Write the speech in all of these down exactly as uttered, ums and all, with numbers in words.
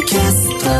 キャスト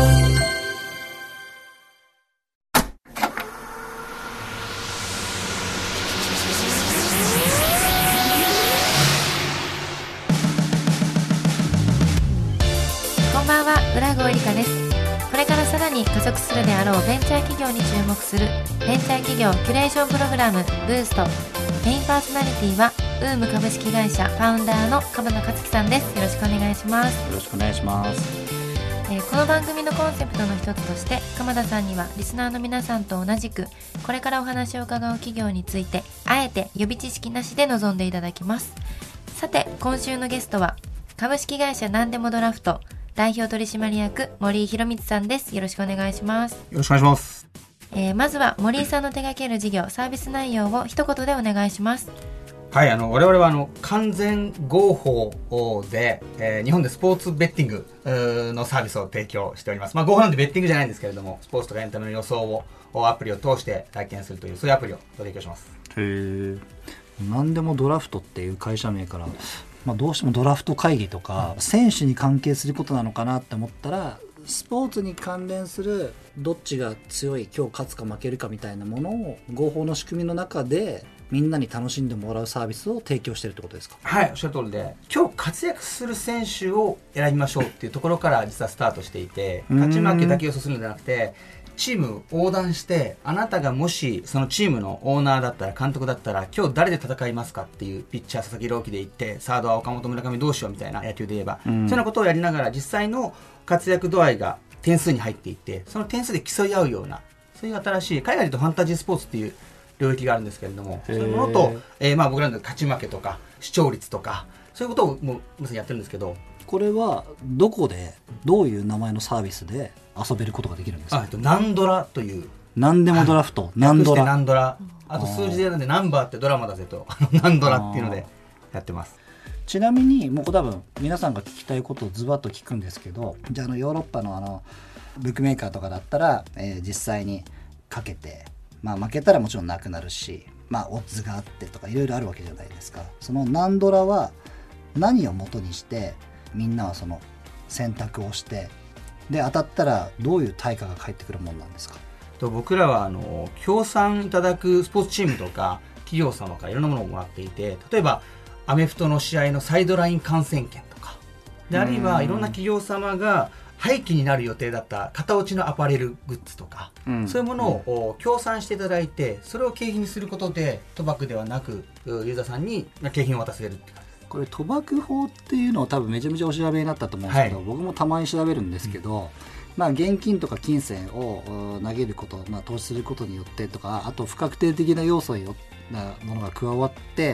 こんばんは、浦郷エリカです。これからさらに加速するであろうベンチャー企業に注目するベンチャー企業キュレーションプログラムブースト。メインパーソナリティはウーム株式会社ファウンダーの鎌田克樹さんです。よろしくお願いします。 よろしくお願いします。 えー、この番組のコンセプトの一つとして鎌田さんにはリスナーの皆さんと同じくこれからお話を伺う企業についてあえて予備知識なしで臨んでいただきます。さて今週のゲストは株式会社なんでもドラフト代表取締役森井博光さんです。よろしくお願いします。 よろしくお願いします。 えー、まずは森井さんの手掛ける事業サービス内容を一言でお願いします。 はい、あの我々はあの完全合法で、えー、日本でスポーツベッティングのサービスを提供しております。まあ、合法なんでベッティングじゃないんですけれども、スポーツとかエンタメの予想をアプリを通して体験するというそういうアプリを提供します。 へー。なんでもドラフトっていう会社名から、まあ、どうしてもドラフト会議とか、うん、選手に関係することなのかなって思ったらスポーツに関連するどっちが強い今日勝つか負けるかみたいなものを合法の仕組みの中でみんなに楽しんでもらうサービスを提供しているってことですか？ はい、おっしゃる通りで今日活躍する選手を選びましょうっていうところから実はスタートしていて、勝ち負けだけ予想するのではなくてチーム横断してあなたがもしそのチームのオーナーだったら監督だったら今日誰で戦いますかっていうピッチャー佐々木朗希で言ってサードは岡本村上どうしようみたいな野球で言えばそういうようなことをやりながら実際の活躍度合いが点数に入っていってその点数で競い合うようなそういう新しい海外で言うとファンタジースポーツっていう領域があるんですけれどもそういうものと、えー、まあ僕らの勝ち負けとか視聴率とかそういうことをもうまさにやってるんですけど、 これはどこでどういう名前のサービスで遊べることができるんですか？ あとナンドラという何でもドラフト、はい、 ナンドラナンドラあと数字でやるんでナンバーってドラマだぜとナンドラっていうのでやってます。 ちなみにもう多分皆さんが聞きたいことをズバッと聞くんですけど、じゃあ、あのヨーロッパのあのブックメーカーとかだったら、えー、実際にかけて、まあ、負けたらもちろんなくなるし、まあ、オッズがあってとかいろいろあるわけじゃないですか。そのナンドラは何を元にしてみんなはその選択をしてで当たったらどういう対価が返ってくるものなんですか？ と僕らはあの協賛いただくスポーツチームとか企業様からいろんなものをもらっていて、例えばアメフトの試合のサイドライン観戦券とかであるいはいろんな企業様が廃棄になる予定だった型落ちのアパレルグッズとか、うん、そういうものを協賛していただいてそれを景品にすることで賭博ではなくユーザーさんに景品を渡せるって感じです。 これ賭博法っていうのを多分めちゃめちゃお調べになったと思うんですけど、はい、僕もたまに調べるんですけど、うんまあ、現金とか金銭を投げること、まあ、投資することによってとかあと不確定的な要素なものが加わって、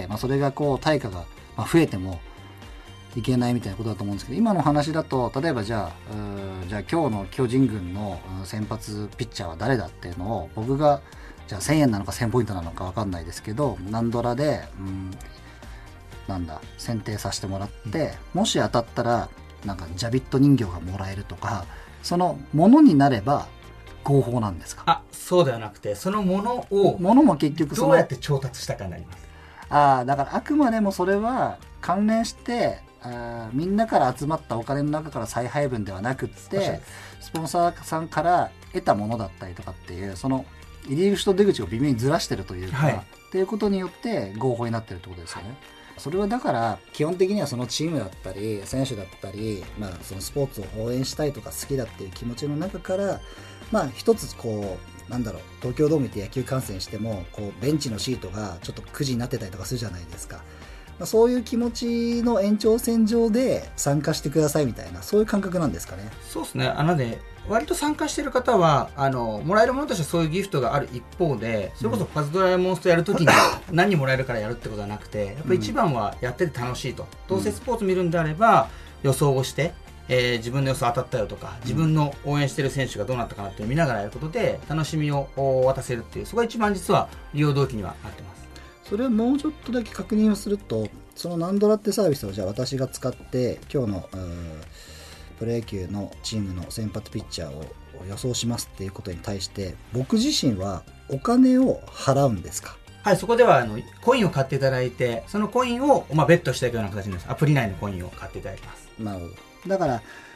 まあ、それがこう対価が増えてもいけないみたいなことだと思うんですけど、今の話だと例えばじゃあ、じゃあ今日の巨人軍の先発ピッチャーは誰だっていうのを僕がじゃあせんえんなのかせんポイントなのか分かんないですけどナンドラで、うん、なんだ選定させてもらってもし当たったらなんかジャビット人形がもらえるとかそのものになれば合法なんですか？ あ、そうではなくてそのものをものも結局そのどうやって調達したかになります。 あだからあくまでもそれは関連してあみんなから集まったお金の中から再配分ではなくってスポンサーさんから得たものだったりとかっていうその入り口と出口を微妙にずらしてるというか、はい、っていうことによって合法になってるってことですよね、はい、それはだから基本的にはそのチームだったり選手だったり、まあ、そのスポーツを応援したいとか好きだっていう気持ちの中からまあ一つこうなんだろう東京ドーム行って野球観戦してもこうベンチのシートがちょっとくじになってたりとかするじゃないですか。まあ、そういう気持ちの延長線上で参加してくださいみたいなそういう感覚なんですかね。 そうですね。あのね割と参加している方はあのもらえるものとしてそういうギフトがある一方でそれこそパズドラやモンストやるときに何もらえるからやるってことはなくてやっぱり一番はやってて楽しいと、うん、どうせスポーツ見るんであれば予想をして、えー、自分の予想当たったよとか自分の応援している選手がどうなったかなって見ながらやることで楽しみを渡せるっていうそこが一番実は利用動機にはなってます。 それをもうちょっとだけ確認をするとそのナンドラってサービスをじゃあ私が使って今日のプロ野球のチームの先発ピッチャーを予想しますっていうことに対して僕自身はお金を払うんですか？ はい、そこではあのコインを買っていただいてそのコインを、まあ、ベットしていくような形です。アプリ内のコインを買っていただきます。 なるほど。だから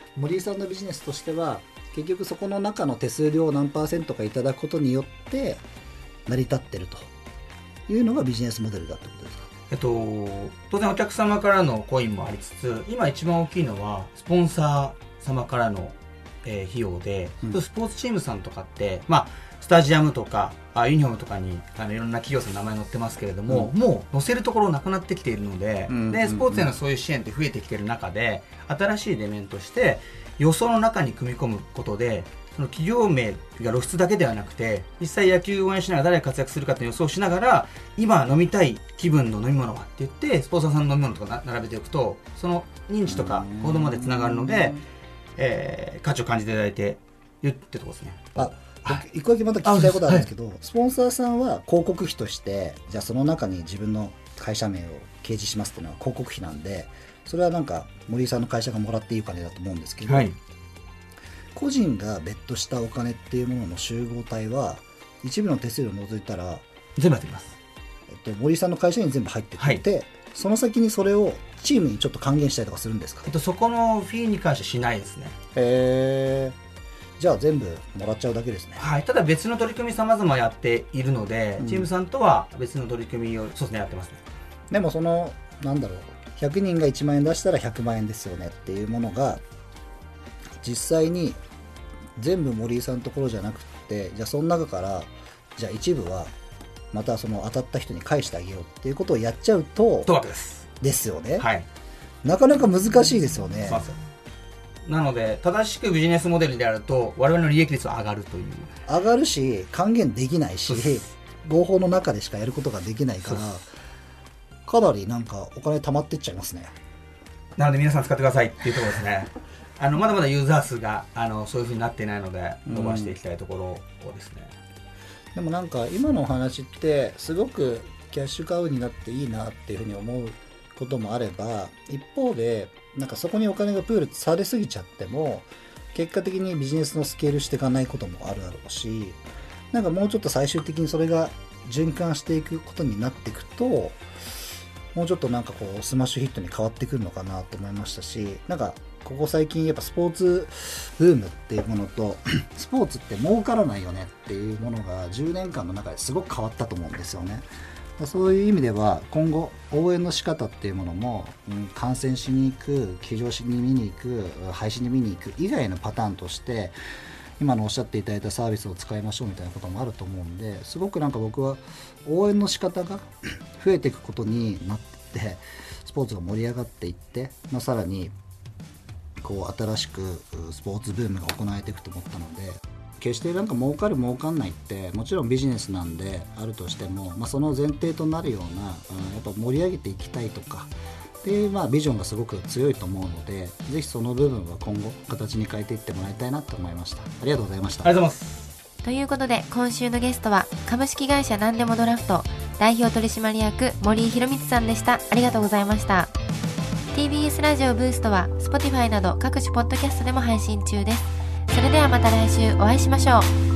森井さんのビジネスとしては結局そこの中の手数料を何パーセントかいただくことによって成り立ってるというのがビジネスモデルだってことですか？ えっと、当然お客様からのコインもありつつ、今一番大きいのはスポンサー様からの、えー費用で、 うんスポーツチームさんとかって、まあ、スタジアムとかあユニフォームとかにあのいろんな企業さんの名前載ってますけれども、 うんもう載せるところなくなってきているので、 うんでスポーツへのそういう支援って増えてきている中で、新しいデメンとして予想の中に組み込むことで、その企業名が露出だけではなくて、実際野球を応援しながら誰が活躍するかって予想しながら、今飲みたい気分の飲み物はって言ってスポンサーさんの飲み物とかな並べておくと、その認知とか行動までつながるので、えー価値を感じていただいているってところですね。 あ、僕一個だけまた聞きたいことあるんですけど、スポンサーさんは広告費としてじゃあその中に自分の会社名を掲示しますっていうのは広告費なんで、それはなんか森井さんの会社がもらっていいお金だと思うんですけど、 はい個人が別途したお金っていうものの集合体は一部の手数料を除いたら、 全部やってきます。 えっと、森井さんの会社に全部入ってくれて、はい、その先にそれをチームにちょっと還元したりとかするんですか？ えっと、そこのフィーに関してしないですね。 へー、じゃあ全部もらっちゃうだけですね。 はい、ただ別の取り組み様々やっているので、 うんチームさんとは別の取り組みをそうですねやってますね。 でもそのなんだろう、ひゃくにんがいちまん円出したらひゃくまん円ですよねっていうものが実際に全部森井さんのところじゃなくて、じゃあその中からじゃあ一部はまたその当たった人に返してあげようっていうことをやっちゃうととわけですですよね。 はい、 なかなか難しいですよね。 そうなんですよ。なので正しくビジネスモデルであると我々の利益率は上がるという。 上がるし還元できないし、合法の中でしかやることができないから、かなりなんかお金貯まってっちゃいますね。 なので皆さん使ってくださいっていうところですね。あのまだまだユーザー数があのそういう風になっていないので伸ばしていきたいところをですね、 うん、でもなんか今のお話ってすごくキャッシュカウになっていいなっていうふうに思うこともあれば、一方でなんかそこにお金がプールされすぎちゃっても結果的にビジネスのスケールしていかないこともあるだろうし、なんかもうちょっと最終的にそれが循環していくことになっていくと、もうちょっとなんかこうスマッシュヒットに変わってくるのかなと思いましたし、なんかここ最近やっぱスポーツブームっていうものとスポーツって儲からないよねっていうものがじゅうねんかんの中ですごく変わったと思うんですよね。そういう意味では今後応援の仕方っていうものも、うん、観戦しに行く、球場しに見に行く、配信に見に行く以外のパターンとして今のおっしゃっていただいたサービスを使いましょうみたいなこともあると思うんで、すごくなんか僕は応援の仕方が増えていくことになってスポーツが盛り上がっていって、まあ、さらにこう新しくスポーツブームが行われていくと思ったので、決してなんか儲かる儲かんないってもちろんビジネスなんであるとしても、まあ、その前提となるような、うん、やっぱ盛り上げていきたいとかで、まあ、ビジョンがすごく強いと思うので、ぜひその部分は今後形に変えていってもらいたいなと思いました。ありがとうございました。 ありがとうございます。 ということで今週のゲストは株式会社なんでもドラフト代表取締役森井博光さんでした。ありがとうございました。 ティービーエス ラジオブーストは Spotify など各種ポッドキャストでも配信中です。それではまた来週お会いしましょう。